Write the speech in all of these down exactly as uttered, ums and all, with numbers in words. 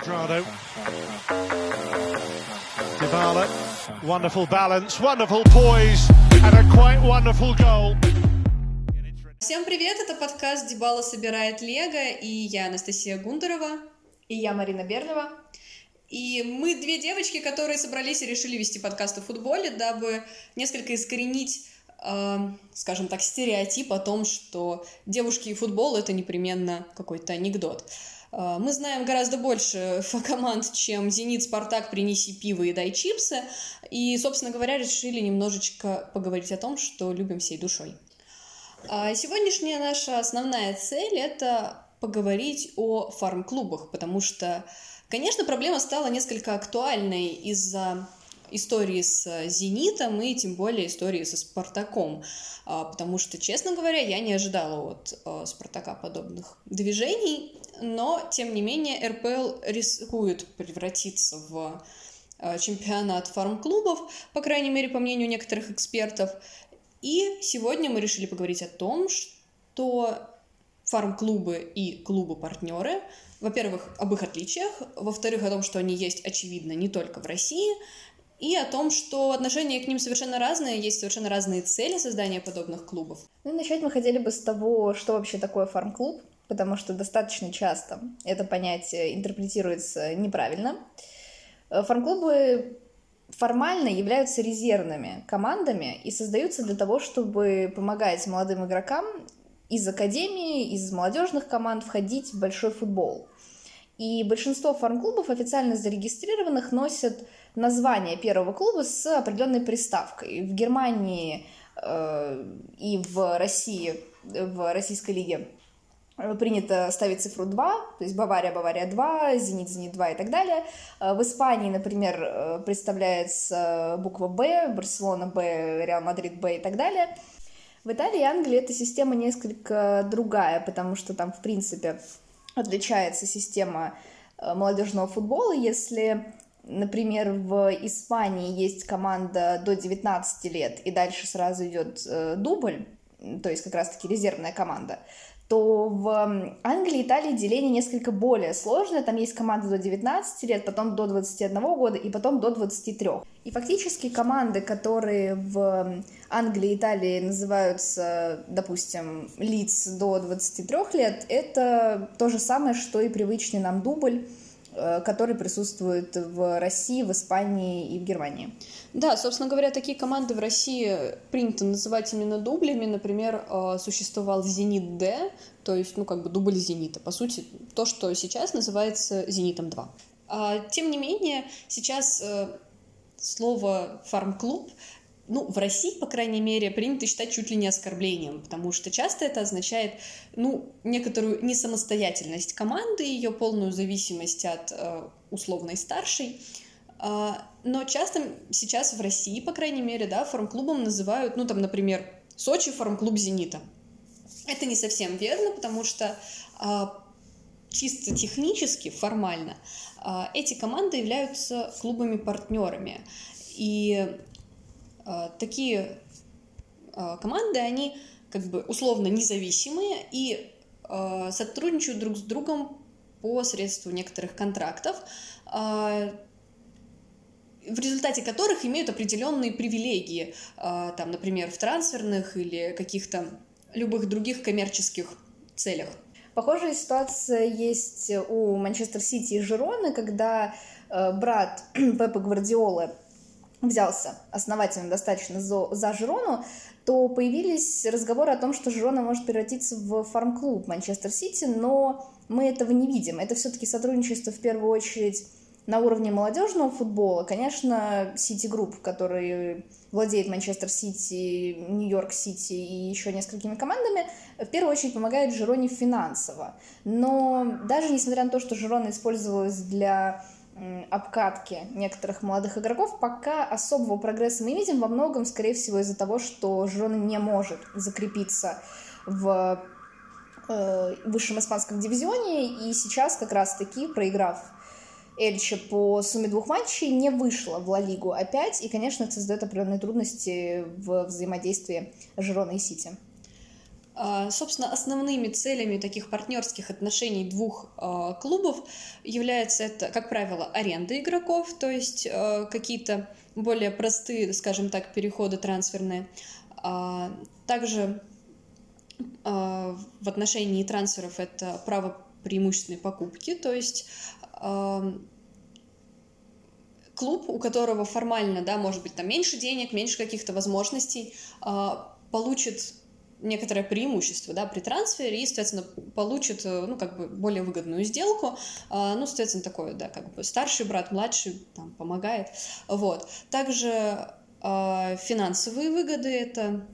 Cuadrado. Dybala, wonderful balance, wonderful poise, and a quite wonderful goal. Всем привет, это подкаст «Дибала собирает Лего», и я Анастасия Гундарова. И я Марина Берлева. И мы две девочки, которые собрались и решили вести подкаст о футболе, дабы несколько искоренить, э, скажем так, стереотип о том, что девушки и футбол — это непременно какой-то анекдот. Э, мы знаем гораздо больше команд, чем «Зенит», «Спартак», «Принеси пиво и дай чипсы», и, собственно говоря, решили немножечко поговорить о том, что любим всей душой. А сегодняшняя наша основная цель — это поговорить о фарм-клубах, потому что, конечно, проблема стала несколько актуальной из-за истории с «Зенитом» и тем более истории со «Спартаком», потому что, честно говоря, я не ожидала от «Спартака» подобных движений, но, тем не менее, эр пэ эл рискует превратиться в чемпионат фарм-клубов, по крайней мере, по мнению некоторых экспертов. И сегодня мы решили поговорить о том, что фарм-клубы и клубы-партнеры, во-первых, об их отличиях, во-вторых, о том, что они есть, очевидно, не только в России, и о том, что отношения к ним совершенно разные, есть совершенно разные цели создания подобных клубов. Ну и начать мы хотели бы с того, что вообще такое фарм-клуб, потому что достаточно часто это понятие интерпретируется неправильно. Фарм-клубы формально являются резервными командами и создаются для того, чтобы помогать молодым игрокам из академии, из молодежных команд входить в большой футбол. И большинство фарм-клубов, официально зарегистрированных, носят название первого клуба с определенной приставкой. В Германии э, и в России, в российской лиге принято ставить цифру два, то есть Бавария, Бавария два, Зенит, Зенит два и так далее. В Испании, например, представляется буква Б, Барселона Б, Реал Мадрид Б и так далее. В Италии и Англии эта система несколько другая, потому что там, в принципе, отличается система молодежного футбола. Если, например, в Испании есть команда до девятнадцати лет, и дальше сразу идет дубль, то есть как раз-таки резервная команда, то в Англии и Италии деление несколько более сложное. Там есть команды до девятнадцати лет, потом до двадцати одного года и потом до двадцати трёх. И фактически команды, которые в Англии и Италии называются, допустим, Лидс до двадцати трёх лет, это то же самое, что и привычный нам дубль, который присутствует в России, в Испании и в Германии. Да, собственно говоря, такие команды в России принято называть именно дублями. Например, существовал «Зенит Д», то есть, ну, как бы дубль «Зенита». По сути, то, что сейчас называется «Зенитом два». Тем не менее, сейчас слово «фарм-клуб», ну, в России, по крайней мере, принято считать чуть ли не оскорблением, потому что часто это означает, ну, некоторую несамостоятельность команды, ее полную зависимость от э, условной старшей. Э, но часто сейчас в России, по крайней мере, да, фарм-клубом называют, ну, там, например, Сочи фарм-клуб «Зенита». Это не совсем верно, потому что э, чисто технически, формально, э, эти команды являются клубами-партнерами. И такие команды, они как бы условно независимые и сотрудничают друг с другом посредством некоторых контрактов, в результате которых имеют определенные привилегии, там, например, в трансферных или каких-то любых других коммерческих целях. Похожая ситуация есть у Манчестер Сити и Жироны, когда брат Пепа Гвардиолы взялся основательно достаточно за, за Жирону, то появились разговоры о том, что Жирона может превратиться в фарм-клуб Манчестер Сити, но мы этого не видим. Это все-таки сотрудничество в первую очередь на уровне молодежного футбола. Конечно, Сити Групп, который владеет Манчестер Сити, Нью-Йорк Сити и еще несколькими командами, в первую очередь помогает Жироне финансово. Но даже несмотря на то, что Жирона использовалась для обкатки некоторых молодых игроков, пока особого прогресса мы не видим, во многом, скорее всего, из-за того, что Жирона не может закрепиться в э, высшем испанском дивизионе, и сейчас как раз-таки, проиграв Эльче по сумме двух матчей, не вышла в Ла Лигу опять, и, конечно, это создает определенные трудности в взаимодействии Жирона и Сити. Собственно, основными целями таких партнерских отношений двух клубов является это, как правило, аренда игроков, то есть какие-то более простые, скажем так, переходы трансферные. Также в отношении трансферов это право преимущественной покупки, то есть клуб, у которого формально, да, может быть, там меньше денег, меньше каких-то возможностей, получит некоторое преимущество, да, при трансфере и, соответственно, получит, ну, как бы более выгодную сделку, ну, соответственно, такое, да, как бы старший брат, младший там помогает, вот. Также э, финансовые выгоды — это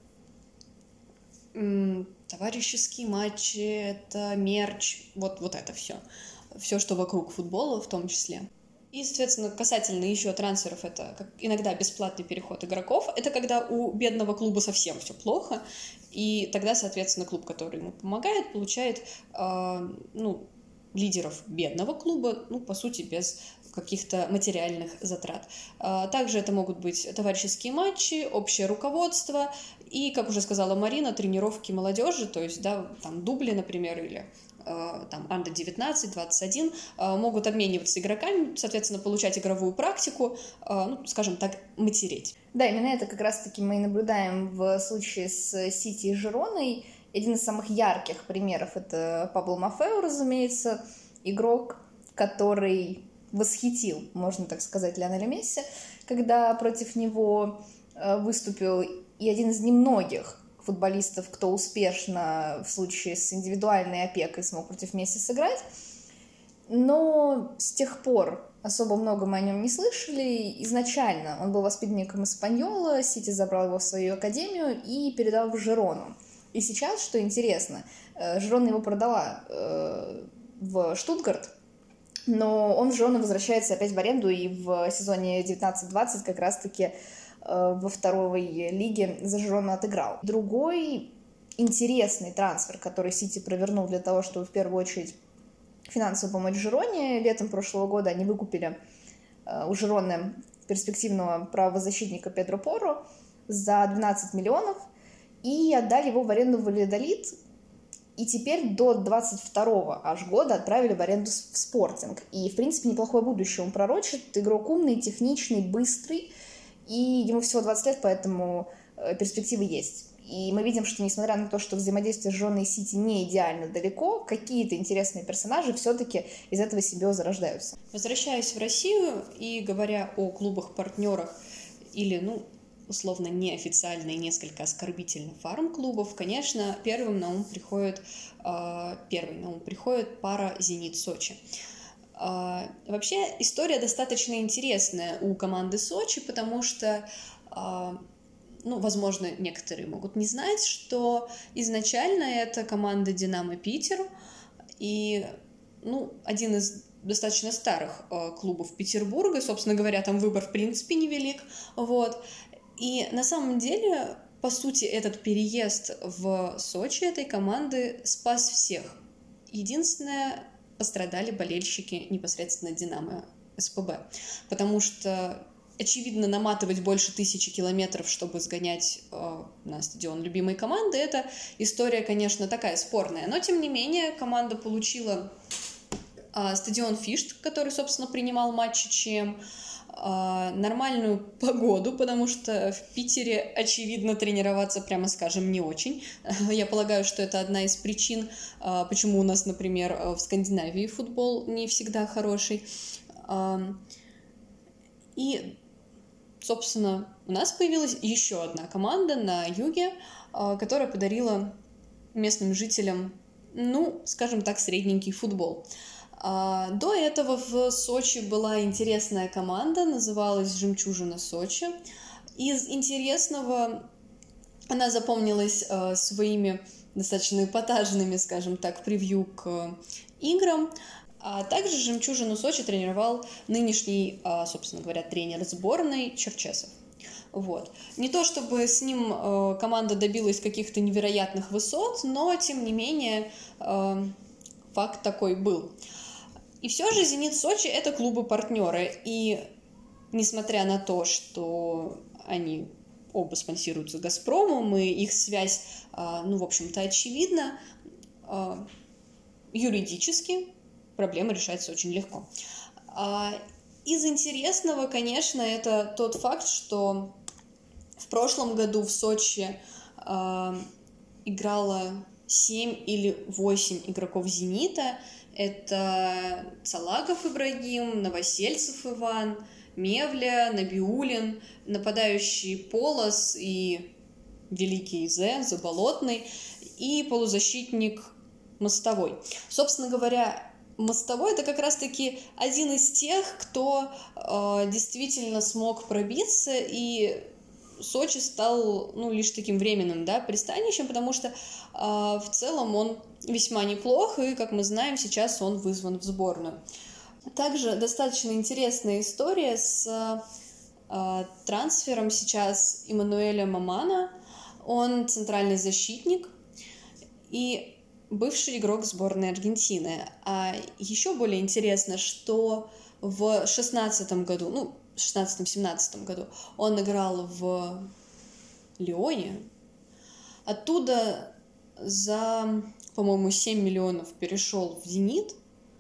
м, товарищеские матчи, это мерч, вот, вот это все, все, что вокруг футбола в том числе. И, соответственно, касательно еще трансферов, это как иногда бесплатный переход игроков. Это когда у бедного клуба совсем все плохо, и тогда, соответственно, клуб, который ему помогает, получает э, ну, лидеров бедного клуба, ну, по сути, без каких-то материальных затрат. Э, также это могут быть товарищеские матчи, общее руководство и, как уже сказала Марина, тренировки молодежи, то есть, да, там дубли, например, или там андер девятнадцать, двадцать один, могут обмениваться игроками, соответственно, получать игровую практику, ну, скажем так, матереть. Да, именно это как раз-таки мы и наблюдаем в случае с Сити и Жироной. Один из самых ярких примеров — это Пабло Мафео, разумеется, игрок, который восхитил, можно так сказать, Лионеля Месси, когда против него выступил, и один из немногих футболистов, кто успешно в случае с индивидуальной опекой смог против Месси сыграть. Но с тех пор особо много мы о нем не слышали. Изначально он был воспитанником Эспаньола, Сити забрал его в свою академию и передал в Жирону. И сейчас, что интересно, Жирона его продала в Штутгарт, но он в Жирону возвращается опять в аренду, и в сезоне девятнадцать двадцать как раз-таки во второй лиге за Жирону отыграл. Другой интересный трансфер, который Сити провернул для того, чтобы в первую очередь финансово помочь Жироне. Летом прошлого года они выкупили у Жироны перспективного правозащитника Педро Порро за двенадцать миллионов и отдали его в аренду в Вальядолид. И теперь до двадцать второго аж года отправили в аренду в Спортинг. И, в принципе, неплохое будущее он пророчит. Игрок умный, техничный, быстрый. И ему всего двадцать лет, поэтому перспективы есть. И мы видим, что несмотря на то, что взаимодействие с Жироной и Сити не идеально далеко, какие-то интересные персонажи все-таки из этого себе зарождаются. Возвращаясь в Россию и говоря о клубах-партнерах или, ну, условно неофициально и несколько оскорбительно фарм-клубов, конечно, первым на ум приходит, э, первый на ум приходит пара «Зенит-Сочи». Uh, вообще история достаточно интересная у команды Сочи, потому что, uh, ну, возможно, некоторые могут не знать, что изначально это команда «Динамо Питер», и, ну, один из достаточно старых uh, клубов Петербурга, собственно говоря, там выбор в принципе невелик, вот, и на самом деле, по сути, этот переезд в Сочи этой команды спас всех. Единственное, пострадали болельщики непосредственно «Динамо» СПБ, потому что, очевидно, наматывать больше тысячи километров, чтобы сгонять э, на стадион любимой команды, это история, конечно, такая спорная, но, тем не менее, команда получила э, стадион «Фишт», который, собственно, принимал матчи ЧМ, э, нормальную погоду, потому что в Питере, очевидно, тренироваться, прямо скажем, не очень. Я полагаю, что это одна из причин, э, почему у нас, например, в Скандинавии футбол не всегда хороший. Э, и, собственно, у нас появилась еще одна команда на юге, э, которая подарила местным жителям, ну, скажем так, средненький футбол. До этого в Сочи была интересная команда, называлась «Жемчужина Сочи». Из интересного она запомнилась своими достаточно эпатажными, скажем так, превью к играм. А также «Жемчужину Сочи» тренировал нынешний, собственно говоря, тренер сборной Черчесов. Вот. Не то чтобы с ним э, команда добилась каких-то невероятных высот, но, тем не менее, э, факт такой был. И все же «Зенит Сочи» — это клубы-партнеры, и несмотря на то, что они оба спонсируются «Газпромом», и их связь, ну, в общем-то, очевидна. Юридически проблема решается очень легко. Из интересного, конечно, это тот факт, что в прошлом году в Сочи играло семь или восемь игроков «Зенита». Это Цалагов Ибрагим, Новосельцев Иван, Мевля, Набиуллин, нападающий Полос и великий Зе, Заболотный, и полузащитник Мостовой. Собственно говоря, Мостовой — это как раз-таки один из тех, кто э, действительно смог пробиться, и Сочи стал, ну, лишь таким временным, да, пристанищем, потому что э, в целом он весьма неплох, и, как мы знаем, сейчас он вызван в сборную. Также достаточно интересная история с э, трансфером сейчас Эммануэля Мамана. Он центральный защитник и бывший игрок сборной Аргентины. А еще более интересно, что в шестнадцатом году, ну, в шестнадцатом-семнадцатом году он играл в Лионе. Оттуда за, по-моему, семь миллионов перешел в «Зенит».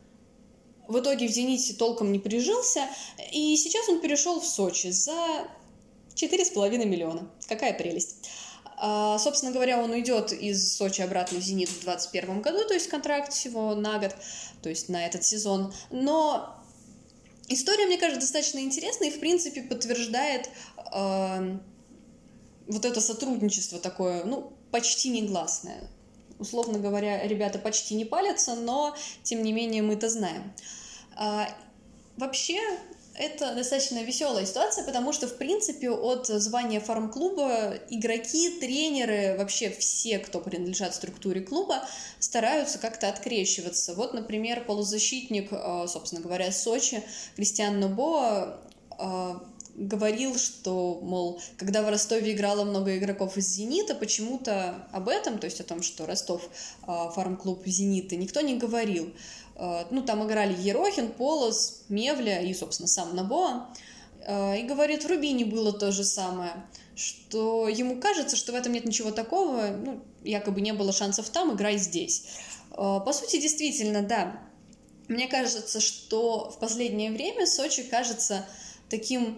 В итоге в «Зените» толком не прижился, и сейчас он перешел в Сочи за четыре с половиной миллиона. Какая прелесть. А, собственно говоря, он уйдет из Сочи обратно в «Зенит» в двадцать первом году, то есть контракт всего на год, то есть на этот сезон. Но история, мне кажется, достаточно интересная и, в принципе, подтверждает э, вот это сотрудничество такое, ну, почти негласное. Условно говоря, ребята почти не палятся, но, тем не менее, мы это знаем. А, вообще, это достаточно веселая ситуация, потому что, в принципе, от звания фарм-клуба игроки, тренеры, вообще все, кто принадлежат структуре клуба, стараются как-то открещиваться. Вот, например, полузащитник, собственно говоря, Сочи, Кристиан Нобо, говорил, что, мол, когда в Ростове играло много игроков из «Зенита», почему-то об этом, то есть о том, что Ростов фарм-клуб «Зенита», никто не говорил. Ну, там играли Ерохин, Полос, Мевля и, собственно, сам Нобо. И говорит, в «Рубине» было то же самое, что ему кажется, что в этом нет ничего такого, ну, якобы не было шансов там, играй здесь. По сути, действительно, да. Мне кажется, что в последнее время Сочи кажется таким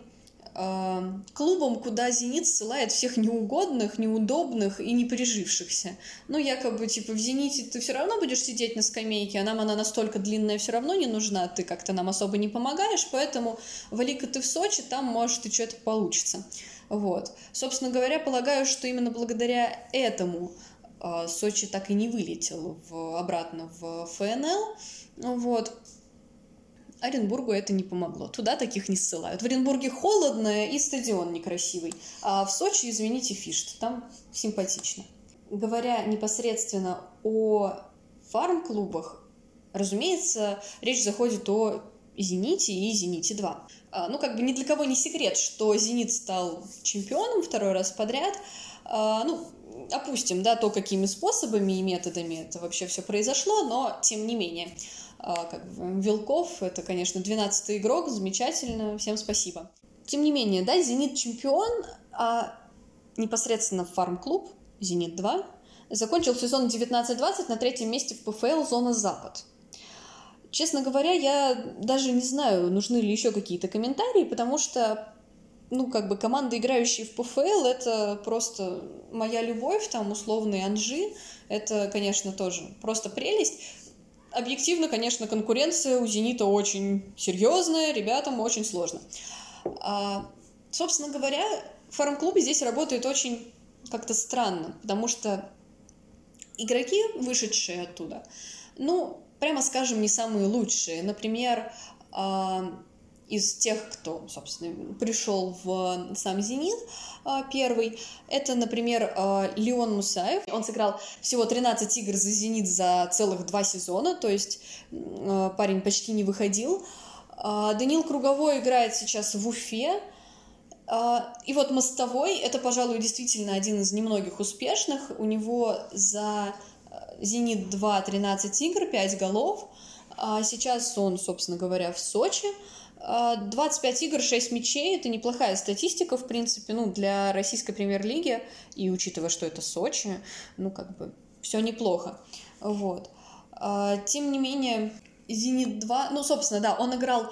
клубом, куда «Зенит» ссылает всех неугодных, неудобных и неприжившихся. Ну, якобы, типа, в «Зените» ты все равно будешь сидеть на скамейке, а нам она настолько длинная все равно не нужна, ты как-то нам особо не помогаешь, поэтому вали-ка ты в Сочи, там, может, и что-то получится. Вот. Собственно говоря, полагаю, что именно благодаря этому э, Сочи так и не вылетел в, обратно в эф эн эл. Вот. Оренбургу это не помогло. Туда таких не ссылают. В Оренбурге холодно и стадион некрасивый. А в Сочи, извините, фишт. Там симпатично. Говоря непосредственно о фарм-клубах, разумеется, речь заходит о «Зените» и «Зените-два». Ну, как бы ни для кого не секрет, что «Зенит» стал чемпионом второй раз подряд. Ну, опустим, да, то, какими способами и методами это вообще все произошло, но тем не менее. Как бы, Вилков — это, конечно, двенадцатый игрок, замечательно, всем спасибо. Тем не менее, да, «Зенит» чемпион, а непосредственно фарм-клуб «Зенит-два» закончил сезон девятнадцать двадцать на третьем месте в пэ эф эл «Зона Запад». Честно говоря, я даже не знаю, нужны ли еще какие-то комментарии, потому что, ну, как бы команды, играющие в пэ эф эл, это просто моя любовь, там, условный Анжи, это, конечно, тоже просто прелесть. Объективно, конечно, конкуренция у «Зенита» очень серьезная, ребятам очень сложно. А, собственно говоря, фарм-клуб здесь работает очень как-то странно, потому что игроки, вышедшие оттуда, ну, прямо скажем, не самые лучшие. Например, а, из тех, кто, собственно, пришел в сам «Зенит» первый, это, например, Леон Мусаев. Он сыграл всего тринадцать игр за «Зенит» за целых два сезона, то есть парень почти не выходил. Даниил Круговой играет сейчас в Уфе. И вот Мостовой — это, пожалуй, действительно один из немногих успешных. У него за «Зенит-два» тринадцать игр, пять голов. А сейчас он, собственно говоря, в Сочи. двадцать пять игр, шесть мячей – это неплохая статистика, в принципе, ну, для российской премьер-лиги, и учитывая, что это Сочи, ну, как бы, все неплохо, вот. Тем не менее, «Зенит-два», ну, собственно, да, он играл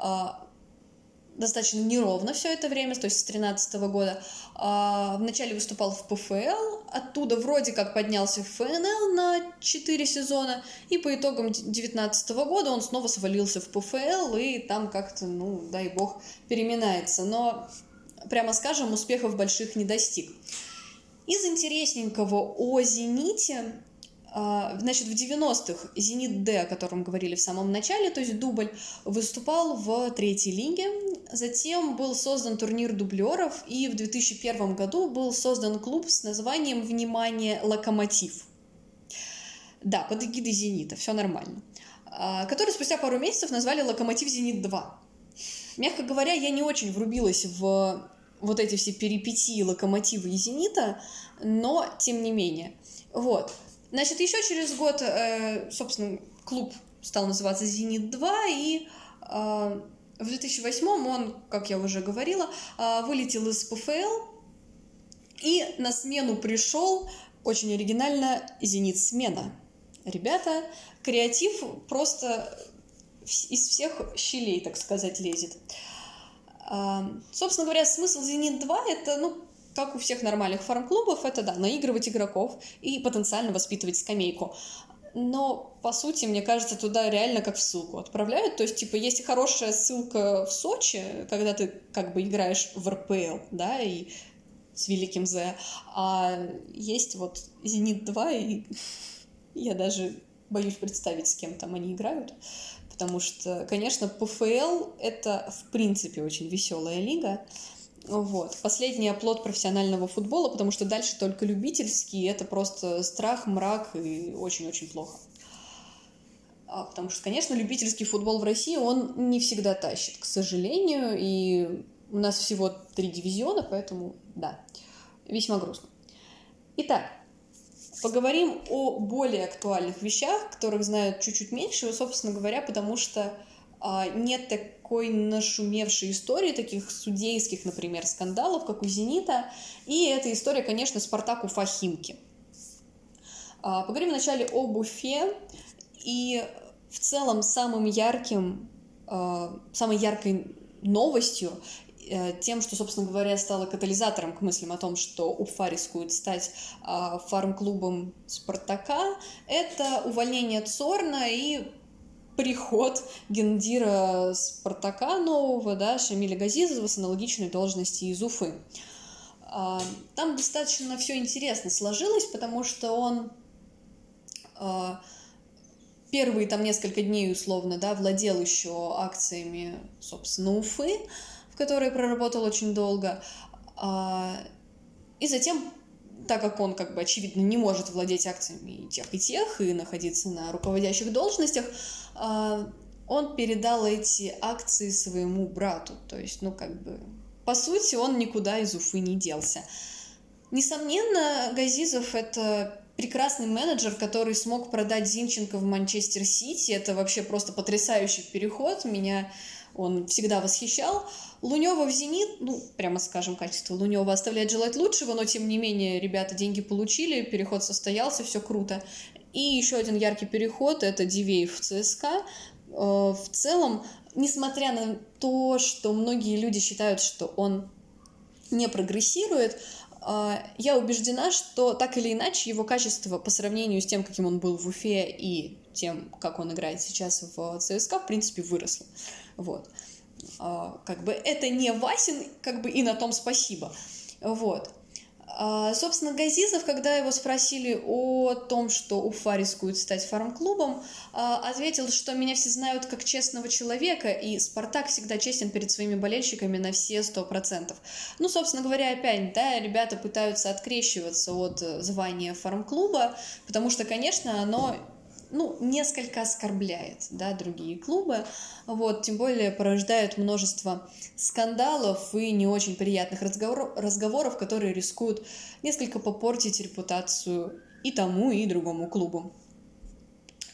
достаточно неровно все это время, то есть с тринадцатого года. Вначале выступал в ПФЛ, оттуда вроде как поднялся в ФНЛ на четыре сезона, и по итогам девятнадцатого года он снова свалился в ПФЛ, и там как-то, ну, дай бог, переминается. Но, прямо скажем, успехов больших не достиг. Из интересненького о «Зените», значит, в девяностых «Зенит-Д», о котором говорили в самом начале, то есть дубль, выступал в третьей лиге. Затем был создан турнир дублеров, и в две тысячи первом году был создан клуб с названием, внимание, «Локомотив». Да, под эгидой «Зенита», все нормально. Который спустя пару месяцев назвали «Локомотив Зенит-два». Мягко говоря, я не очень врубилась в вот эти все перипетии «Локомотива» и «Зенита», но тем не менее. Вот. Значит, еще через год, собственно, клуб стал называться «Зенит-два», и в две тысячи восьмом он, как я уже говорила, вылетел из ПФЛ, и на смену пришел, очень оригинально, «Зенит-смена». Ребята, креатив просто из всех щелей, так сказать, лезет. Собственно говоря, смысл «Зенит-два» — это, ну, как у всех нормальных фарм-клубов, это, да, наигрывать игроков и потенциально воспитывать скамейку. Но, по сути, мне кажется, туда реально как в ссылку отправляют. То есть, типа, есть хорошая ссылка в Сочи, когда ты как бы играешь в эр пэ эл, да, и с великим З, а есть вот «Зенит-два», и я даже боюсь представить, с кем там они играют. Потому что, конечно, ПФЛ — это, в принципе, очень веселая лига. Вот. Последний оплот профессионального футбола, потому что дальше только любительский, это просто страх, мрак и очень-очень плохо. А, потому что, конечно, любительский футбол в России, он не всегда тащит, к сожалению, и у нас всего три дивизиона, поэтому, да, весьма грустно. Итак, поговорим о более актуальных вещах, которых знают чуть-чуть меньше, собственно говоря, потому что а, нет такой нашумевшей истории, таких судейских, например, скандалов, как у «Зенита», и эта история, конечно, «Спартак Уфа Химки». А, поговорим вначале об Уфе, и в целом самым ярким, а, самой яркой новостью, тем, что, собственно говоря, стало катализатором к мыслям о том, что Уфа рискует стать а, фарм-клубом «Спартака», это увольнение Цорна и приход гендира «Спартака» нового, да, Шамиля Газизова с аналогичной должности из Уфы. А, там достаточно все интересно сложилось, потому что он а, первые там несколько дней, условно, да, владел еще акциями, собственно, Уфы, в которой проработал очень долго, и затем, так как он, как бы, очевидно, не может владеть акциями и тех, и тех, и находиться на руководящих должностях, он передал эти акции своему брату, то есть, ну, как бы, по сути, он никуда из Уфы не делся. Несомненно, Газизов — это прекрасный менеджер, который смог продать Зинченко в Манчестер Сити, это вообще просто потрясающий переход, меня он всегда восхищал. Лунёва в «Зенит», ну, прямо скажем, качество Лунёва оставляет желать лучшего, но, тем не менее, ребята деньги получили, переход состоялся, все круто. И еще один яркий переход – это Дивеев в ЦСКА. В целом, несмотря на то, что многие люди считают, что он не прогрессирует, я убеждена, что так или иначе его качество по сравнению с тем, каким он был в Уфе, и тем, как он играет сейчас в ЦСКА, в принципе, выросло. Вот. Как бы это не Васин, как бы и на том спасибо. Вот. Собственно, Газизов, когда его спросили о том, что Уфа рискует стать фарм-клубом, ответил, что меня все знают как честного человека, и «Спартак» всегда честен перед своими болельщиками на все сто процентов. Ну, собственно говоря, опять, да, ребята пытаются открещиваться от звания фарм-клуба, потому что, конечно, оно, ну, несколько оскорбляет, да, другие клубы, вот, тем более порождает множество скандалов и не очень приятных разговор- разговоров, которые рискуют несколько попортить репутацию и тому, и другому клубу.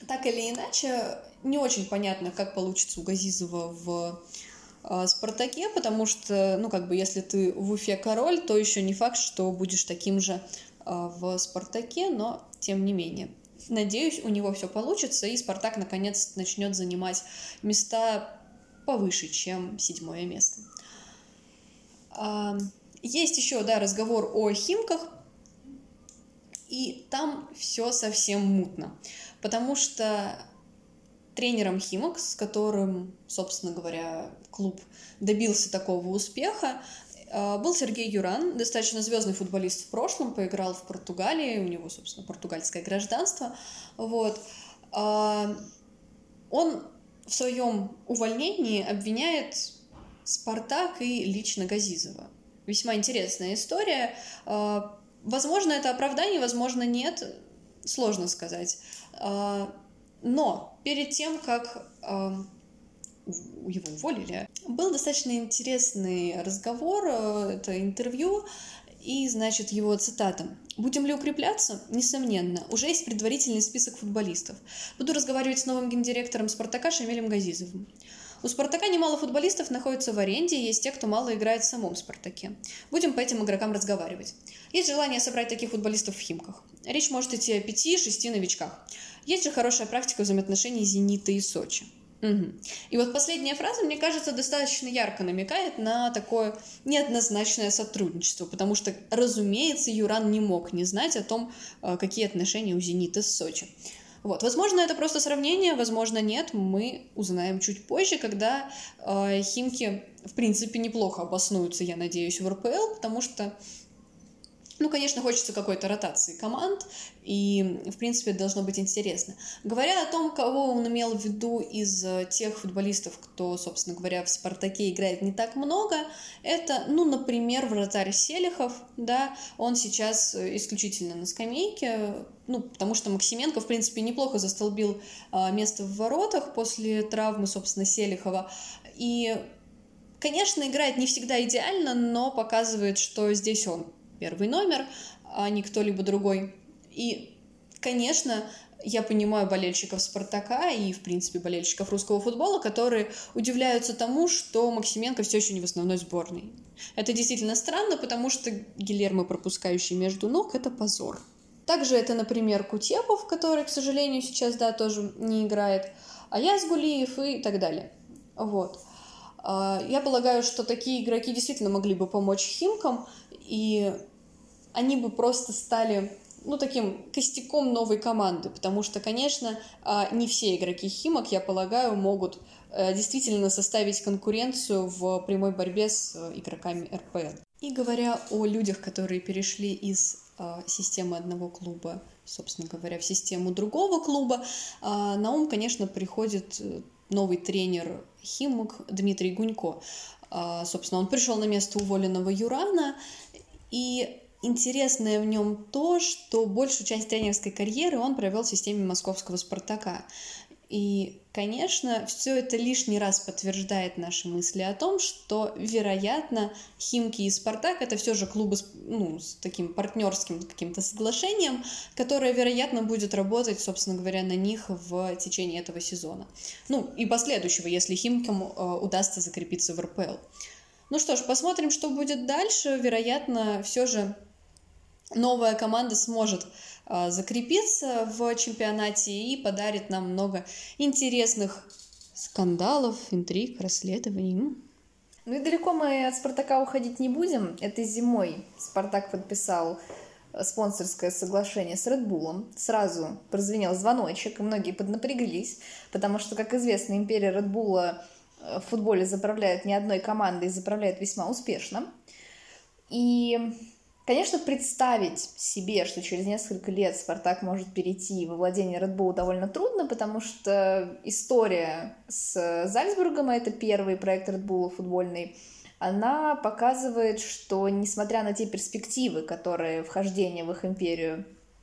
Так или иначе, не очень понятно, как получится у Газизова в э, «Спартаке», потому что, ну, как бы, если ты в Уфе король, то еще не факт, что будешь таким же э, в «Спартаке», но тем не менее. Надеюсь, у него все получится, и «Спартак» наконец начнет занимать места повыше, чем седьмое место. А, есть еще, да, разговор о «Химках», и там все совсем мутно, потому что тренером «Химок», с которым, собственно говоря, клуб добился такого успеха, был Сергей Юран, достаточно звездный футболист в прошлом, поиграл в Португалии, у него, собственно, португальское гражданство. Вот. Он в своем увольнении обвиняет «Спартак» и лично Газизова. Весьма интересная история. Возможно, это оправдание, возможно, нет, сложно сказать. Но перед тем, как его уволили, был достаточно интересный разговор, это интервью, и, значит, его цитата. «Будем ли укрепляться? Несомненно. Уже есть предварительный список футболистов. Буду разговаривать с новым гендиректором «Спартака» Шамилем Газизовым. У «Спартака» немало футболистов находятся в аренде, есть те, кто мало играет в самом «Спартаке». Будем по этим игрокам разговаривать. Есть желание собрать таких футболистов в «Химках». Речь может идти о пяти-шести новичках. Есть же хорошая практика взаимоотношений «Зенита» и «Сочи». Угу. И вот последняя фраза, мне кажется, достаточно ярко намекает на такое неоднозначное сотрудничество, потому что, разумеется, Юран не мог не знать о том, какие отношения у «Зенита» с «Сочи». Вот. Возможно, это просто сравнение, возможно, нет, мы узнаем чуть позже, когда э, «Химки», в принципе, неплохо обоснуются, я надеюсь, в эр пэ эл, потому что, ну, конечно, хочется какой-то ротации команд, и, в принципе, это должно быть интересно. Говоря о том, кого он имел в виду из тех футболистов, кто, собственно говоря, в «Спартаке» играет не так много, это, ну, например, вратарь Селихов, да, он сейчас исключительно на скамейке, ну, потому что Максименко, в принципе, неплохо застолбил а, место в воротах после травмы, собственно, Селихова, и, конечно, играет не всегда идеально, но показывает, что здесь он первый номер, а не кто-либо другой. И, конечно, я понимаю болельщиков «Спартака» и, в принципе, болельщиков русского футбола, которые удивляются тому, что Максименко все еще не в основной сборной. Это действительно странно, потому что Гильермо, пропускающий между ног, это позор. Также это, например, Кутепов, который, к сожалению, сейчас, да, тоже не играет, Аяз Гулиев и так далее. Вот. Я полагаю, что такие игроки действительно могли бы помочь «Химкам», и они бы просто стали, ну, таким костяком новой команды, потому что, конечно, не все игроки «Химок», я полагаю, могут действительно составить конкуренцию в прямой борьбе с игроками эр пэ эл. И говоря о людях, которые перешли из системы одного клуба, собственно говоря, в систему другого клуба, на ум, конечно, приходит новый тренер «Химок» Дмитрий Гунько. Собственно, он пришел на место уволенного Юрана, и интересное в нем то, что большую часть тренерской карьеры он провел в системе московского «Спартака». И, конечно, все это лишний раз подтверждает наши мысли о том, что, вероятно, «Химки» и «Спартак» — это все же клубы с, ну, с таким партнерским каким-то соглашением, которое, вероятно, будет работать, собственно говоря, на них в течение этого сезона. Ну, и последующего, если «Химкам» э, удастся закрепиться в эр пэ эл. Ну что ж, посмотрим, что будет дальше. Вероятно, все же новая команда сможет а, закрепиться в чемпионате и подарит нам много интересных скандалов, интриг, расследований. Ну и далеко мы от «Спартака» уходить не будем. Этой зимой «Спартак» подписал спонсорское соглашение с Red Bull. Сразу прозвенел звоночек, и многие поднапряглись, потому что, как известно, империя Red Bull в футболе заправляет не одной командой и заправляет весьма успешно. И, конечно, представить себе, что через несколько лет «Спартак» может перейти во владение Red Bull, довольно трудно, потому что история с Зальцбургом, а это первый проект Red Bull футбольный, она показывает, что, несмотря на те перспективы, которые вхождение в их империю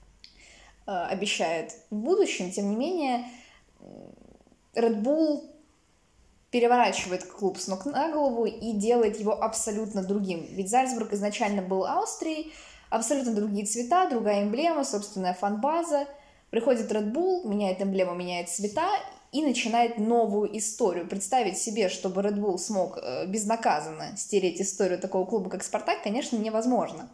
э, обещает в будущем, тем не менее, Red Bull переворачивает клуб с ног на голову и делает его абсолютно другим. Ведь Зальцбург изначально был Австрией, абсолютно другие цвета, другая эмблема, собственная фан-база, Приходит Red Bull, меняет эмблему, меняет цвета и начинает новую историю. Представить себе, чтобы Red Bull смог безнаказанно стереть историю такого клуба, как Спартак, конечно, невозможно.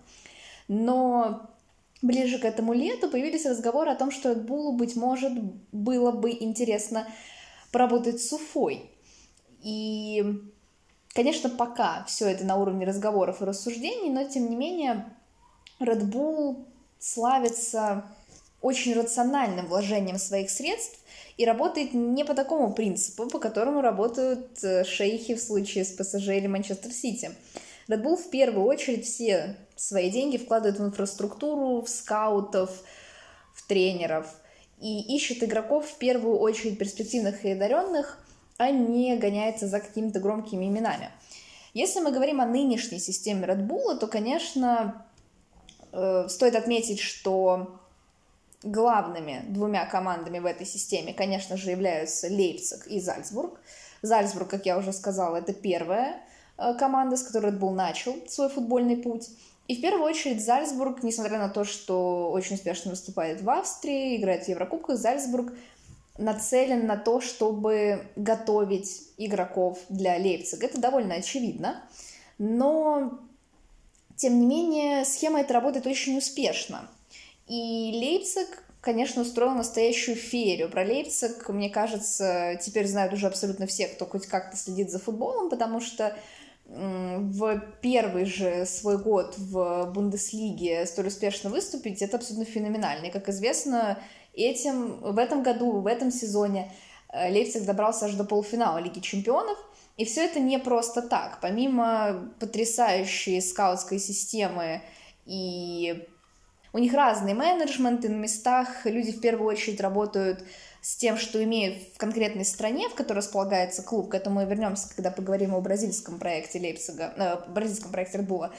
Но ближе к этому лету появились разговоры о том, что Red Bull, быть может, было бы интересно поработать с Уфой. И, конечно, пока все это на уровне разговоров и рассуждений, но, тем не менее, Red Bull славится очень рациональным вложением своих средств и работает не по такому принципу, по которому работают шейхи в случае с ПСЖ или Манчестер Сити. Red Bull в первую очередь все свои деньги вкладывает в инфраструктуру, в скаутов, в тренеров и ищет игроков в первую очередь перспективных и одаренных, а не гоняется за какими-то громкими именами. Если мы говорим о нынешней системе Red Bull, то, конечно, э, стоит отметить, что главными двумя командами в этой системе, конечно же, являются Лейпциг и Зальцбург. Зальцбург, как я уже сказала, это первая команда, с которой Red Bull начал свой футбольный путь. И в первую очередь Зальцбург, несмотря на то, что очень успешно выступает в Австрии, играет в Еврокубках, Зальцбург нацелен на то, чтобы готовить игроков для Лейпцига. Это довольно очевидно, но, тем не менее, схема эта работает очень успешно. И Лейпциг, конечно, устроил настоящую феерию. Про Лейпциг, мне кажется, теперь знают уже абсолютно все, кто хоть как-то следит за футболом, потому что в первый же свой год в Бундеслиге столь успешно выступить, это абсолютно феноменально. И, как известно, этим, в этом году, в этом сезоне Лейпциг добрался аж до полуфинала Лиги Чемпионов. И все это не просто так. Помимо потрясающей скаутской системы, и у них разный менеджмент, и на местах люди в первую очередь работают с тем, что имеют в конкретной стране, в которой располагается клуб. К этому мы вернемся, когда поговорим о бразильском проекте Лейпцига, э, бразильском проекте Red Bull.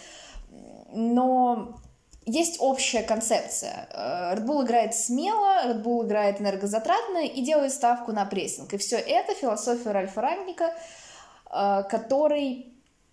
Но есть общая концепция. Red Bull играет смело, Red Bull играет энергозатратно и делает ставку на прессинг. И все это философия Ральфа Рангника, который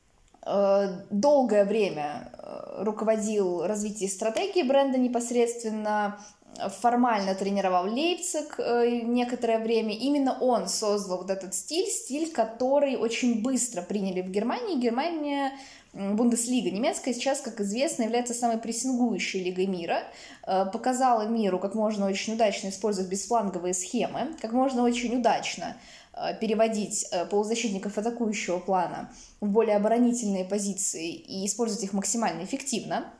долгое время руководил развитием стратегии бренда непосредственно, формально тренировал Лейпциг некоторое время. Именно он создал вот этот стиль, стиль, который очень быстро приняли в Германии. Германия, Бундеслига немецкая, сейчас, как известно, является самой прессингующей лигой мира. Показала миру, как можно очень удачно использовать бесфланговые схемы, как можно очень удачно переводить полузащитников атакующего плана в более оборонительные позиции и использовать их максимально эффективно.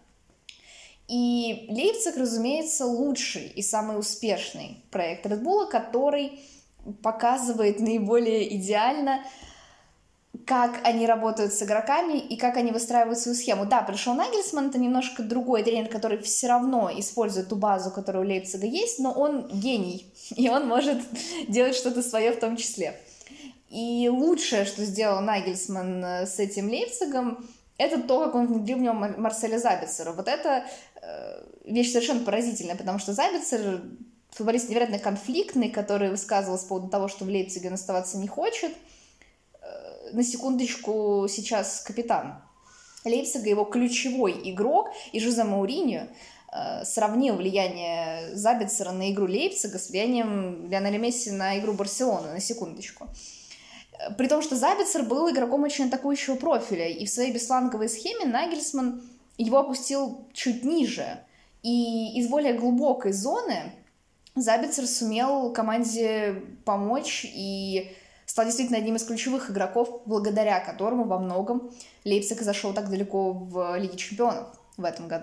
И Лейпциг, разумеется, лучший и самый успешный проект Red Bull, который показывает наиболее идеально, как они работают с игроками и как они выстраивают свою схему. Да, пришел Нагельсман, это немножко другой тренер, который все равно использует ту базу, которая у Лейпцига есть, но он гений, и он может делать что-то свое в том числе. И лучшее, что сделал Нагельсман с этим Лейпцигом, это то, как он внедрил в него Марселя Забицера. Вот это э, вещь совершенно поразительная, потому что Забицер футболист невероятно конфликтный, который высказывался по поводу того, что в Лейпциге он оставаться не хочет. Э, на секундочку, сейчас капитан Лейпцига, его ключевой игрок, и Жозе Мауриньо э, сравнил влияние Забицера на игру Лейпцига с влиянием Лионеля Месси на игру Барселоны, на секундочку. При том, что Забицер был игроком очень атакующего профиля, и в своей бесфланговой схеме Нагельсман его опустил чуть ниже. И из более глубокой зоны Забицер сумел команде помочь и стал действительно одним из ключевых игроков, благодаря которому во многом Лейпциг зашел так далеко в Лиге Чемпионов в этом году.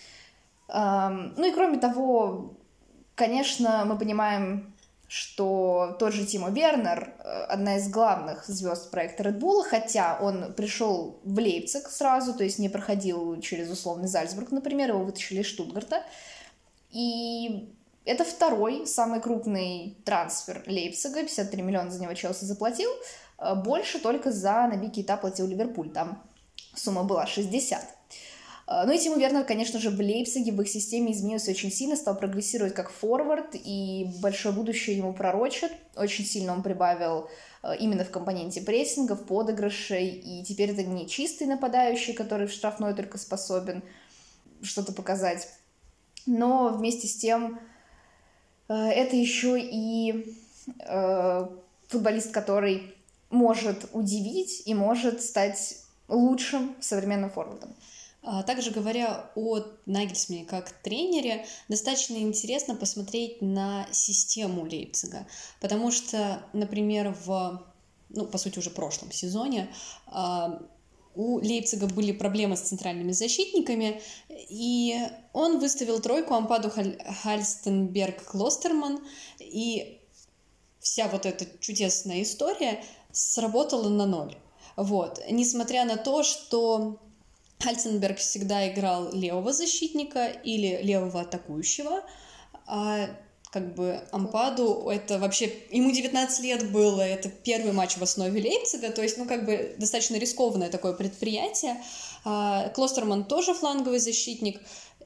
Ну и кроме того, конечно, мы понимаем, что тот же Тимо Вернер одна из главных звезд проекта Red Bull, хотя он пришел в Лейпциг сразу, то есть не проходил через условный Зальцбург, например, его вытащили из Штутгарта. И это второй самый крупный трансфер Лейпцига, пятьдесят три миллиона за него Челси заплатил, больше только за Наби Кейта платил Ливерпуль, там сумма была шестьдесят. Ну и Тимо Вернер, конечно же, в Лейпциге, в их системе изменился очень сильно, стал прогрессировать как форвард, и большое будущее ему пророчат. Очень сильно он прибавил именно в компоненте прессинга, в подыгрыше, и теперь это не чистый нападающий, который в штрафной только способен что-то показать. Но вместе с тем Это еще и э, футболист, который может удивить и может стать лучшим современным форвардом. Также говоря о Нагельсмане как тренере, достаточно интересно посмотреть на систему Лейпцига, потому что, например, в, ну, по сути, уже прошлом сезоне у Лейпцига были проблемы с центральными защитниками, и он выставил тройку Ампаду, Хальстенберг, Клостерман, и вся вот эта чудесная история сработала на ноль. Вот. Несмотря на то, что Хальстенберг всегда играл левого защитника или левого атакующего, а как бы Ампаду, это вообще, ему девятнадцать лет было, это первый матч в основе Лейпцига, то есть, ну, как бы достаточно рискованное такое предприятие. А Клостерман тоже фланговый защитник,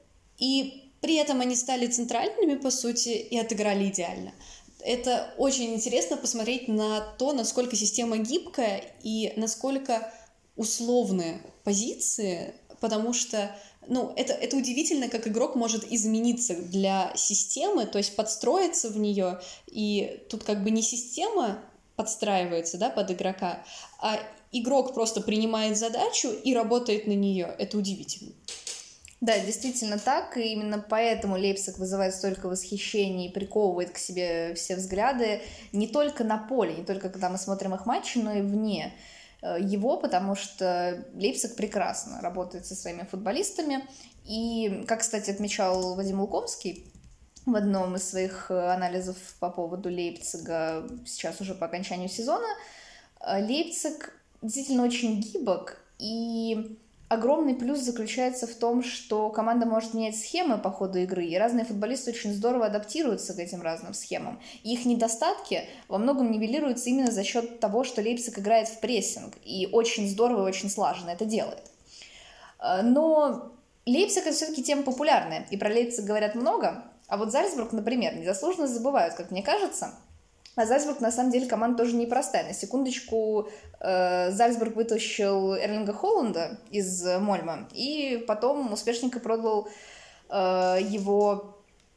и при этом они стали центральными, по сути, и отыграли идеально. Это очень интересно посмотреть на то, насколько система гибкая и насколько условные позиции, потому что, ну, это, это удивительно, как игрок может измениться для системы, то есть подстроиться в нее, и тут как бы не система подстраивается, да, под игрока, а игрок просто принимает задачу и работает на нее. Это удивительно. Да, действительно так, и именно поэтому Лейпциг вызывает столько восхищений и приковывает к себе все взгляды не только на поле, не только когда мы смотрим их матчи, но и вне его, потому что Лейпциг прекрасно работает со своими футболистами. И, как, кстати, отмечал Вадим Лукомский в одном из своих анализов по поводу Лейпцига, сейчас уже по окончанию сезона, Лейпциг действительно очень гибок, и огромный плюс заключается в том, что команда может менять схемы по ходу игры, и разные футболисты очень здорово адаптируются к этим разным схемам. И их недостатки во многом нивелируются именно за счет того, что Лейпциг играет в прессинг, и очень здорово и очень слаженно это делает. Но Лейпциг — это все-таки тема популярная, и про Лейпциг говорят много, а вот Зальцбург, например, незаслуженно забывают, как мне кажется. А Зальцбург, на самом деле, команда тоже непростая. На секундочку, э, Зальцбург вытащил Эрлинга Холланда из Мольма и потом успешненько продал э, его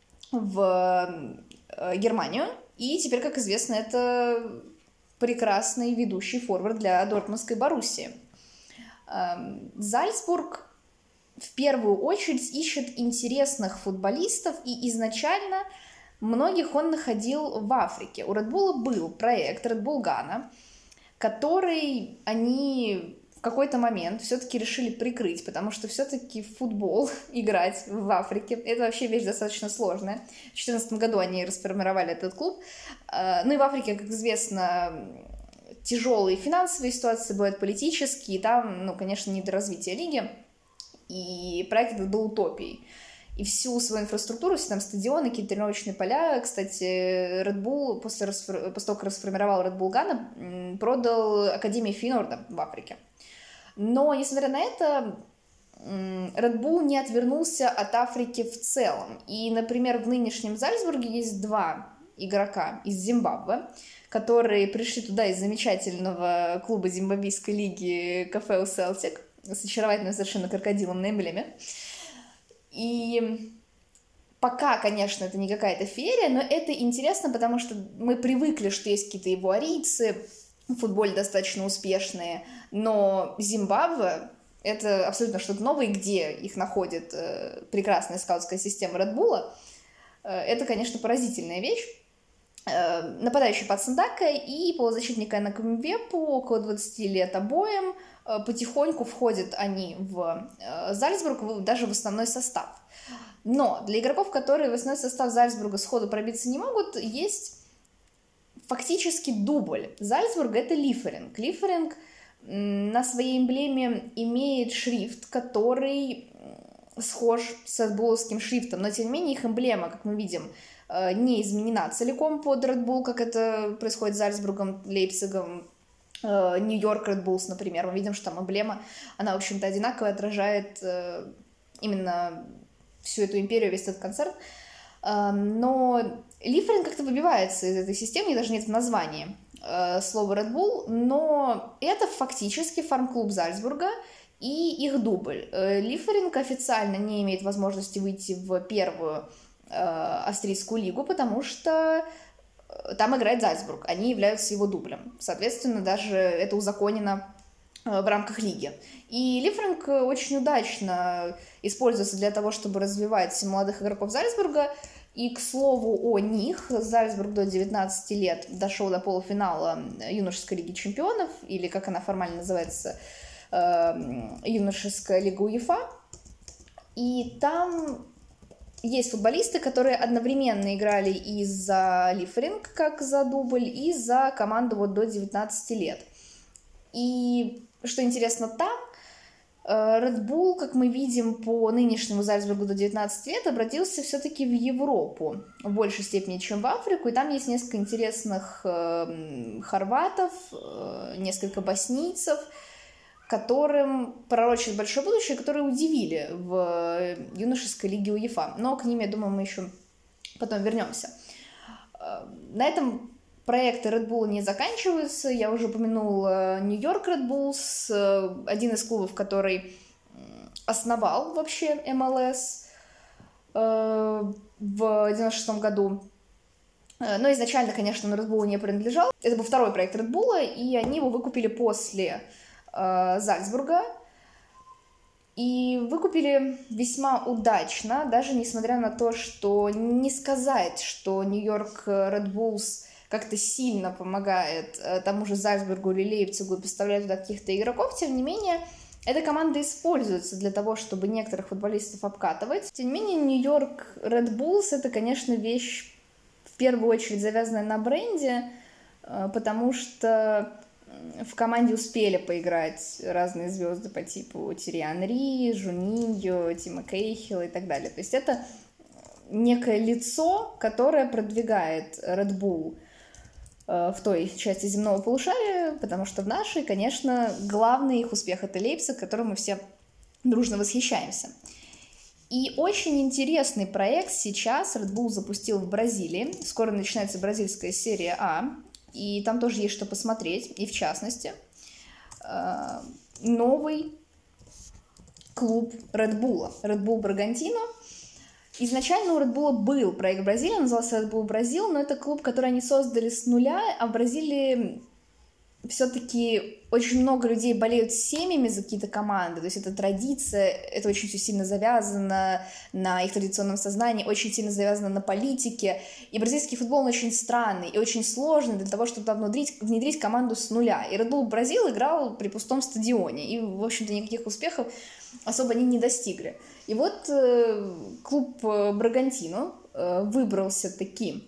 в э, Германию. И теперь, как известно, это прекрасный ведущий форвард для Дортмундской Боруссии. Э, Зальцбург в первую очередь ищет интересных футболистов, и изначально многих он находил в Африке. У Red Bull был проект Red Bull Ghana, который они в какой-то момент все-таки решили прикрыть, потому что все-таки футбол играть в Африке — это вообще вещь достаточно сложная. В две тысячи четырнадцатом году они расформировали этот клуб. Ну и в Африке, как известно, тяжелые финансовые ситуации бывают, политические, и там, ну, конечно, недоразвитие лиги, и проект этот был утопией. И всю свою инфраструктуру, все там стадионы, какие-то тренировочные поля. Кстати, Red Bull, после, расфор... после того, как расформировал Red Bull Ghana, продал Академии Фейнорда в Африке. Но, несмотря на это, Red Bull не отвернулся от Африки в целом. И, например, в нынешнем Зальцбурге есть два игрока из Зимбабве, которые пришли туда из замечательного клуба зимбабвийской лиги КФУ Селтик с очаровательным совершенно крокодилом на эмблеме. И пока, конечно, это не какая-то феерия, но это интересно, потому что мы привыкли, что есть какие-то ивуарийцы в футболе достаточно успешные, но Зимбабве — это абсолютно что-то новое, где их находит э, прекрасная скаутская система Red Bull. Э, это, конечно, поразительная вещь. Э, нападающий под Сандака и полузащитника на Камвепу, около двадцати лет обоим. Потихоньку входят они в Зальцбург, даже в основной состав. Но для игроков, которые в основной состав Зальцбурга сходу пробиться не могут, есть фактически дубль. Зальцбург — это Лиферинг. Лиферинг на своей эмблеме имеет шрифт, который схож с редбуловским шрифтом, но тем не менее их эмблема, как мы видим, не изменена целиком под Red Bull, как это происходит с Зальцбургом, Лейпцигом, Нью-Йорк Red Bulls, например. Мы видим, что там эмблема, она, в общем-то, одинаково отражает э, именно всю эту империю, весь этот концерн. Э, но Лиферинг как-то выбивается из этой системы, и даже нет в названии э, слова Red Bull, но это фактически фарм-клуб Зальцбурга и их дубль. Э, Лиферинг официально не имеет возможности выйти в первую австрийскую лигу, потому что там играет Зальцбург, они являются его дублем. Соответственно, даже это узаконено в рамках лиги. И Лифринг очень удачно используется для того, чтобы развивать молодых игроков Зальцбурга. И, к слову, о них, Зальцбург до девятнадцати лет дошел до полуфинала юношеской лиги чемпионов, или, как она формально называется, юношеская лига УЕФА. И там есть футболисты, которые одновременно играли и за Лифринг, как за дубль, и за команду вот до девятнадцати лет. И что интересно, там Red Bull, как мы видим по нынешнему Зальцбургу до девятнадцати лет, обратился все-таки в Европу в большей степени, чем в Африку. И там есть несколько интересных э, хорватов, э, несколько боснийцев, которым пророчат большое будущее, которые удивили в юношеской лиге УЕФА. Но к ним, я думаю, мы еще потом вернемся. На этом проекты Red Bull не заканчиваются. Я уже упомянул Нью-Йорк Red Bulls, один из клубов, который основал вообще эм эл эс в девяносто шестом году. Но изначально, конечно, он Red Bull не принадлежал. Это был второй проект Red Bull, и они его выкупили после Зальцбурга. И выкупили весьма удачно, даже несмотря на то, что не сказать, что Нью-Йорк Red Bulls как-то сильно помогает тому же Зальцбургу или Лейпцигу и поставляет туда каких-то игроков, тем не менее, эта команда используется для того, чтобы некоторых футболистов обкатывать. Тем не менее, Нью-Йорк Red Bulls — это, конечно, вещь в первую очередь завязанная на бренде, потому что в команде успели поиграть разные звезды по типу Тири Анри, Жуниньо, Тима Кейхила и так далее. То есть это некое лицо, которое продвигает Red Bull в той части земного полушария, потому что в нашей, конечно, главный их успех — это Лейпциг, которым мы все дружно восхищаемся. И очень интересный проект сейчас Red Bull запустил в Бразилии. Скоро начинается бразильская серия А, и там тоже есть что посмотреть, и в частности, новый клуб Red Bull, Red Bull Брагантино. Изначально у Red Bull был проект Бразилия, назывался Red Bull Бразил, но это клуб, который они создали с нуля, а в Бразилии все-таки очень много людей болеют семьями за какие-то команды, то есть это традиция, это очень все сильно завязано на их традиционном сознании, очень сильно завязано на политике, и бразильский футбол он очень странный и очень сложный для того, чтобы там внедрить, внедрить команду с нуля. И Red Bull Бразил играл при пустом стадионе, и, в общем-то, никаких успехов особо они не достигли. И вот э, клуб Брагантино э, выбрался таки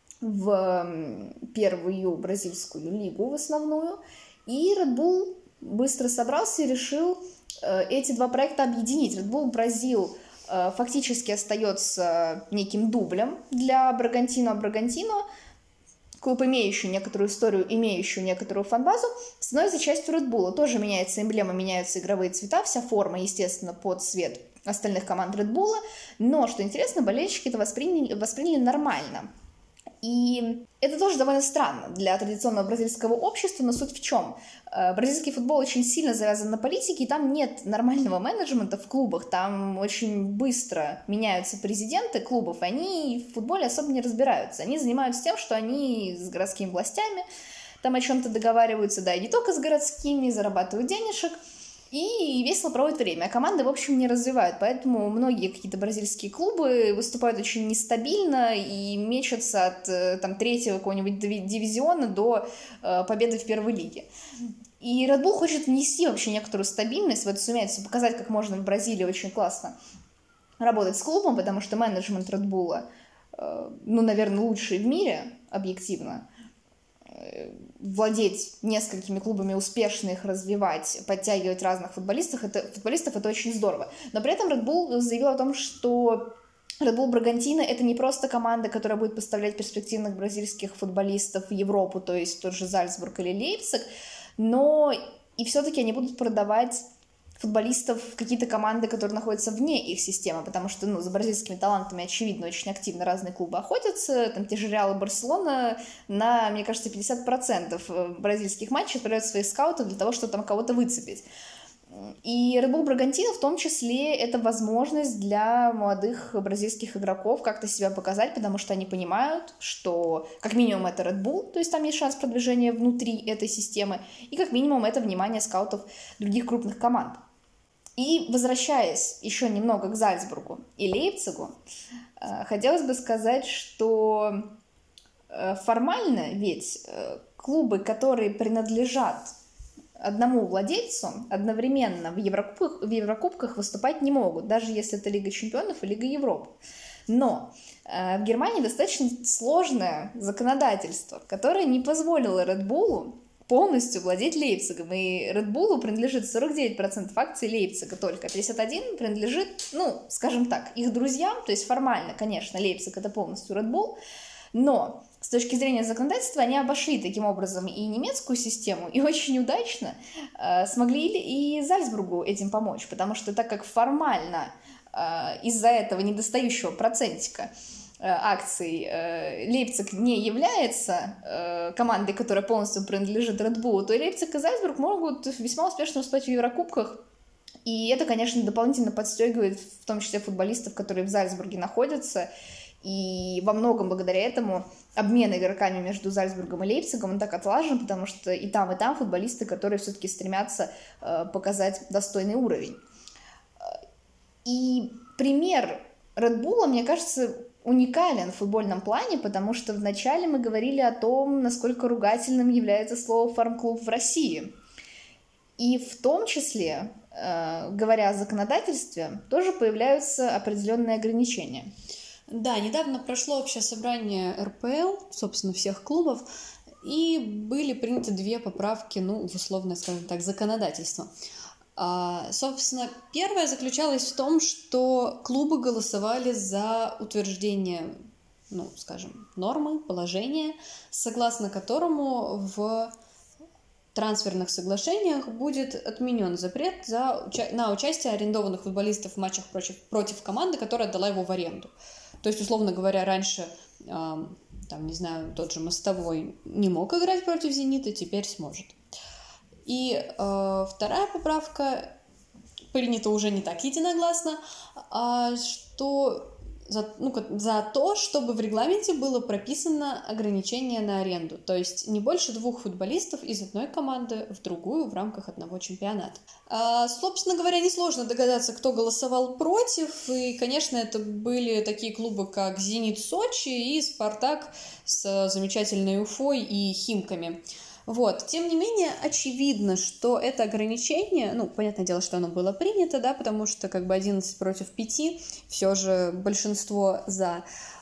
в первую бразильскую лигу, в основную, и Red Bull быстро собрался и решил э, эти два проекта объединить. Red Bull Бразил э, фактически остается неким дублем для Брагантино. Брагантино, клуб, имеющий некоторую историю, имеющую некоторую фан-базу, становится частью Red Bull. Тоже меняется эмблема, меняются игровые цвета, вся форма, естественно, под цвет остальных команд Red Bull, но, что интересно, болельщики это восприняли, восприняли нормально. И это тоже довольно странно для традиционного бразильского общества, но суть в чем? Бразильский футбол очень сильно завязан на политике, и там нет нормального менеджмента в клубах, там очень быстро меняются президенты клубов, и они в футболе особо не разбираются. Они занимаются тем, что они с городскими властями там о чем-то договариваются, да, и не только с городскими, зарабатывают денежек, и весело проводят время. А команды, в общем, не развивают, поэтому многие какие-то бразильские клубы выступают очень нестабильно и мечутся от там, третьего какого-нибудь дивизиона до э, победы в первой лиге. И Red Bull хочет внести вообще некоторую стабильность, вот суметь показать, как можно в Бразилии очень классно работать с клубом, потому что менеджмент Red Bull, э, ну, наверное, лучший в мире, объективно. Владеть несколькими клубами, успешно их развивать, подтягивать разных футболистов, это, футболистов, это очень здорово. Но при этом Red Bull заявил о том, что Red Bull Брагантино — это не просто команда, которая будет поставлять перспективных бразильских футболистов в Европу, то есть тот же Зальцбург или Лейпциг, но и все-таки они будут продавать футболистов в какие-то команды, которые находятся вне их системы, потому что, ну, за бразильскими талантами, очевидно, очень активно разные клубы охотятся, там те же Реал и Барселона на, мне кажется, пятьдесят процентов бразильских матчей отправляют своих скаутов для того, чтобы там кого-то выцепить. И Red Bull Bragantino в том числе это возможность для молодых бразильских игроков как-то себя показать, потому что они понимают, что как минимум это Red Bull, то есть там есть шанс продвижения внутри этой системы, и как минимум это внимание скаутов других крупных команд. И возвращаясь еще немного к Зальцбургу и Лейпцигу, хотелось бы сказать, что формально ведь клубы, которые принадлежат одному владельцу, одновременно в Еврокубках, в Еврокубках выступать не могут, даже если это Лига Чемпионов и Лига Европы. Но э, в Германии достаточно сложное законодательство, которое не позволило Red Bull полностью владеть Лейпцигом. И Red Bull принадлежит сорок девять процентов акций Лейпцига только, пятьдесят один процентов принадлежит, ну, скажем так, их друзьям, то есть формально, конечно, Лейпциг это полностью Red Bull, но с точки зрения законодательства они обошли таким образом и немецкую систему, и очень удачно э, смогли и Зальцбургу этим помочь, потому что так как формально э, из-за этого недостающего процентика э, акций э, Лейпциг не является э, командой, которая полностью принадлежит Red Bull, то и Лейпциг и Зальцбург могут весьма успешно выступать в Еврокубках. И это, конечно, дополнительно подстегивает в том числе футболистов, которые в Зальцбурге находятся. И во многом благодаря этому обмен игроками между Зальцбургом и Лейпцигом он так отлажен, потому что и там, и там футболисты, которые все-таки стремятся э, показать достойный уровень. И пример Red Bull, мне кажется, уникален в футбольном плане, потому что вначале мы говорили о том, насколько ругательным является слово «фарм-клуб» в России. И в том числе, э, говоря о законодательстве, тоже появляются определенные ограничения. Да, недавно прошло общее собрание эр пэ эл, собственно, всех клубов, и были приняты две поправки, ну, в условное, скажем так, законодательство. А, собственно, первая заключалась в том, что клубы голосовали за утверждение, ну, скажем, нормы, положения, согласно которому в трансферных соглашениях будет отменен запрет за, на участие арендованных футболистов в матчах против, против команды, которая отдала его в аренду. То есть, условно говоря, раньше, э, там, не знаю, тот же Мостовой не мог играть против «Зенита», теперь сможет. И э, вторая поправка принята уже не так единогласно, а что за, ну, за то, чтобы в регламенте было прописано ограничение на аренду. То есть не больше двух футболистов из одной команды в другую в рамках одного чемпионата. А, собственно говоря, несложно догадаться, кто голосовал против. И, конечно, это были такие клубы, как «Зенит» Сочи и «Спартак» с замечательной Уфой и Химками. Вот. Тем не менее, очевидно, что это ограничение, ну, понятное дело, что оно было принято, да, потому что как бы одиннадцать против пяти, все же большинство за.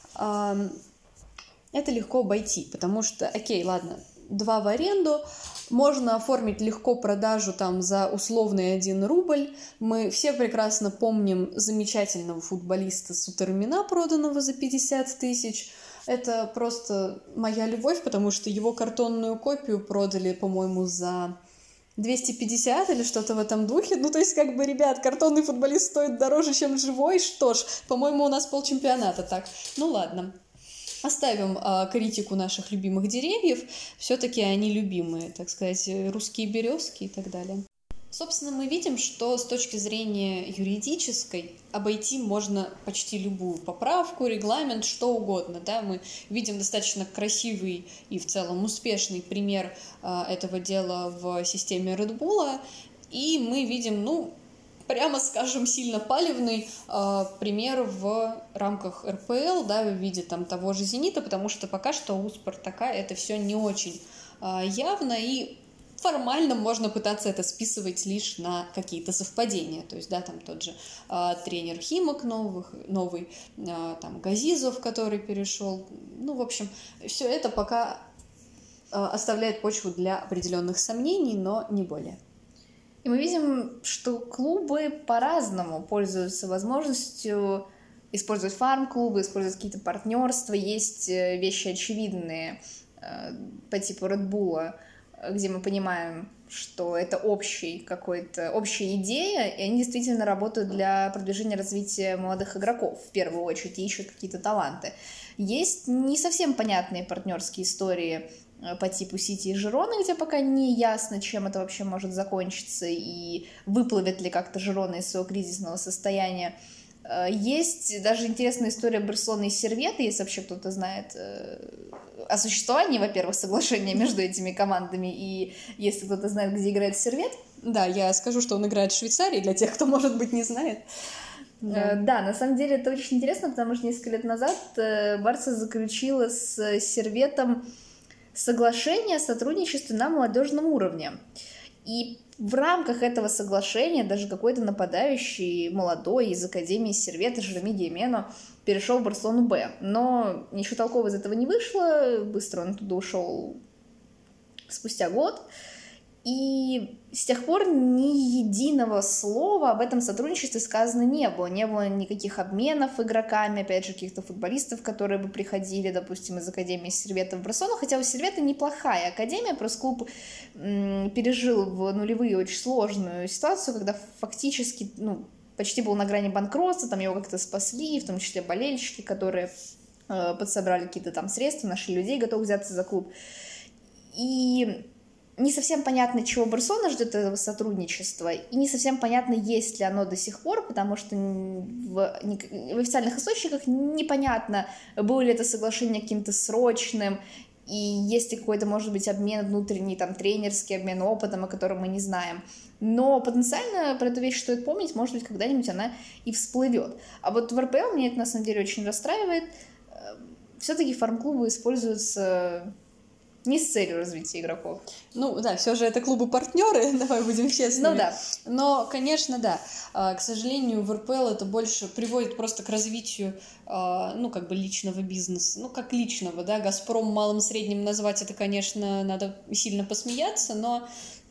Это легко обойти, потому что, окей, ладно, два в аренду, можно оформить легко продажу там за условный один рубль. Мы все прекрасно помним замечательного футболиста Сутермина, проданного за пятьдесят тысяч. Это просто моя любовь, потому что его картонную копию продали, по-моему, за двести пятьдесят или что-то в этом духе. Ну, то есть, как бы, ребят, картонный футболист стоит дороже, чем живой. Что ж, по-моему, у нас полчемпионата так. Ну, ладно. Оставим э, критику наших любимых деревьев. Все-таки они любимые, так сказать, русские березки и так далее. Собственно, мы видим, что с точки зрения юридической обойти можно почти любую поправку, регламент, что угодно. Да? Мы видим достаточно красивый и в целом успешный пример э, этого дела в системе Red Bull, и мы видим, ну, прямо скажем, сильно палевный э, пример в рамках эр пэ эл, да, в виде там того же «Зенита», потому что пока что у «Спартака» это все не очень э, явно, и формально можно пытаться это списывать лишь на какие-то совпадения. То есть, да, там тот же э, тренер Химок новых, новый, э, там Газизов, который перешел. Ну, в общем, все это пока э, оставляет почву для определенных сомнений, но не более. И мы видим, что клубы по-разному пользуются возможностью использовать фарм-клубы, использовать какие-то партнерства. Есть вещи очевидные э, по типу Red Bull, где мы понимаем, что это общий какой-то, общая идея, и они действительно работают для продвижения развития молодых игроков, в первую очередь, и ищут какие-то таланты. Есть не совсем понятные партнерские истории по типу Сити и Жироны, где пока не ясно, чем это вообще может закончиться и выплывет ли как-то Жирона из своего кризисного состояния. Есть даже интересная история Барселоны и Серветы, если вообще кто-то знает о существовании, во-первых, соглашения между этими командами, и если кто-то знает, где играет Сервет. Да, я скажу, что он играет в Швейцарии, для тех, кто, может быть, не знает. Да. да, на самом деле это очень интересно, потому что несколько лет назад Барса заключила с Серветом соглашение о сотрудничестве на молодежном уровне. И в рамках этого соглашения даже какой-то нападающий молодой из Академии Сервета Жереми Гимено перешел в Барселону Б. Но ничего толкового из этого не вышло, быстро он оттуда ушел спустя год. И с тех пор ни единого слова об этом сотрудничестве сказано не было. Не было никаких обменов игроками, опять же, каких-то футболистов, которые бы приходили, допустим, из Академии Сервета в Барселону. Хотя у Сервета неплохая академия, просто клуб м- пережил в нулевые очень сложную ситуацию, когда фактически ну, почти был на грани банкротства, там его как-то спасли, в том числе болельщики, которые э, подсобрали какие-то там средства, нашли людей, готовых взяться за клуб. И не совсем понятно, чего Барселона ждет этого сотрудничества, и не совсем понятно, есть ли оно до сих пор, потому что в, в официальных источниках непонятно, было ли это соглашение каким-то срочным, и есть ли какой-то, может быть, обмен внутренний, там, тренерский обмен опытом, о котором мы не знаем. Но потенциально про эту вещь стоит помнить, может быть, когда-нибудь она и всплывет. А вот в эр пэ эл меня это, на самом деле, очень расстраивает. Все-таки фарм-клубы используются не с целью развития игроков. Ну да, все же это клубы-партнеры, давай будем честными. Ну да. Но, конечно, да, к сожалению, в эр пэ эл это больше приводит просто к развитию, ну, как бы личного бизнеса. Ну, как личного, да, Газпром малым-средним назвать это, конечно, надо сильно посмеяться, но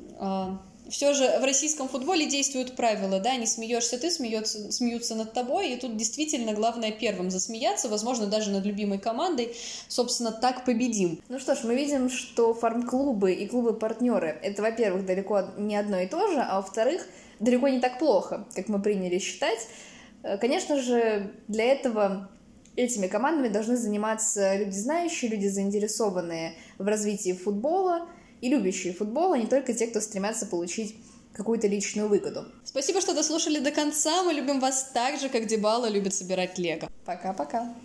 все же в российском футболе действуют правила, да, не смеешься ты, смеются, смеются над тобой, и тут действительно главное первым засмеяться, возможно, даже над любимой командой, собственно, так победим. Ну что ж, мы видим, что фарм-клубы и клубы-партнеры — это, во-первых, далеко не одно и то же, а во-вторых, далеко не так плохо, как мы приняли считать. Конечно же, для этого этими командами должны заниматься люди знающие, люди заинтересованные в развитии футбола, и любящие футбол, а не только те, кто стремятся получить какую-то личную выгоду. Спасибо, что дослушали до конца. Мы любим вас так же, как Дибала любит собирать лего. Пока-пока.